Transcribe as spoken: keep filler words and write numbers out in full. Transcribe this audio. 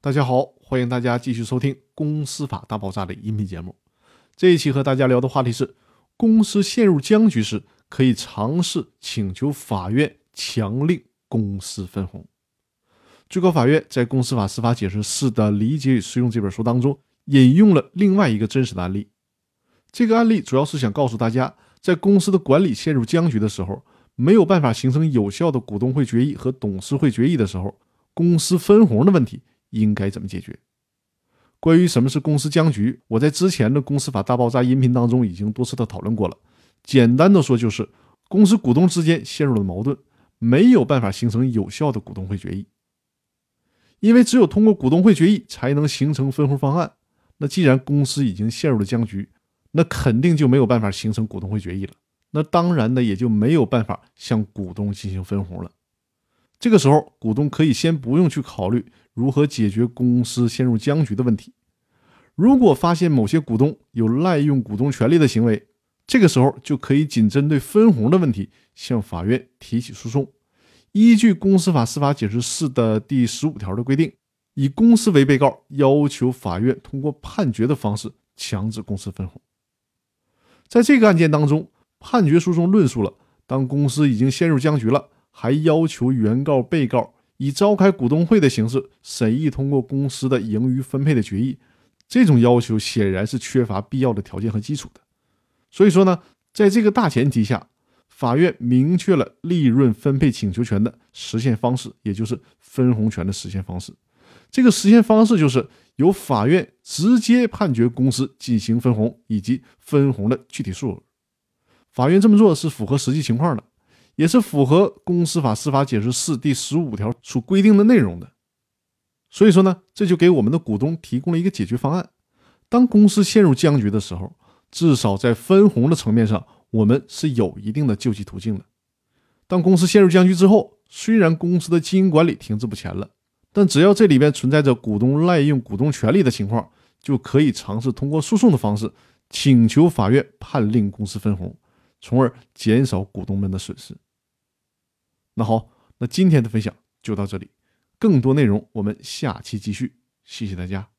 大家好，欢迎大家继续收听《公司法大爆炸》的音频节目。这一期和大家聊的话题是：公司陷入僵局时，可以尝试请求法院强令公司分红。最高法院在《公司法司法解释四》的理解与适用这本书当中，引用了另外一个真实的案例。这个案例主要是想告诉大家，在公司的管理陷入僵局的时候，没有办法形成有效的股东会决议和董事会决议的时候，公司分红的问题应该怎么解决。关于什么是公司僵局，我在之前的公司法大爆炸音频当中已经多次的讨论过了。简单的说，就是公司股东之间陷入了矛盾，没有办法形成有效的股东会决议。因为只有通过股东会决议才能形成分红方案，那既然公司已经陷入了僵局，那肯定就没有办法形成股东会决议了，那当然呢也就没有办法向股东进行分红了。这个时候，股东可以先不用去考虑如何解决公司陷入僵局的问题。如果发现某些股东有滥用股东权利的行为，这个时候就可以仅针对分红的问题向法院提起诉讼。依据《公司法司法解释四》的第十五条的规定，以公司为被告，要求法院通过判决的方式强制公司分红。在这个案件当中，判决书中论述了，当公司已经陷入僵局了，还要求原告、被告以召开股东会的形式审议通过公司的盈余分配的决议，这种要求显然是缺乏必要的条件和基础的。所以说呢，在这个大前提下，法院明确了利润分配请求权的实现方式，也就是分红权的实现方式。这个实现方式就是由法院直接判决公司进行分红，以及分红的具体数额。法院这么做是符合实际情况的，也是符合《公司法司法解释四》第十五条所规定的内容的。所以说呢，这就给我们的股东提供了一个解决方案。当公司陷入僵局的时候，至少在分红的层面上，我们是有一定的救济途径的。当公司陷入僵局之后，虽然公司的经营管理停滞不前了，但只要这里边存在着股东滥用股东权利的情况，就可以尝试通过诉讼的方式请求法院判令公司分红，从而减少股东们的损失。那好，那今天的分享就到这里，更多内容我们下期继续，谢谢大家。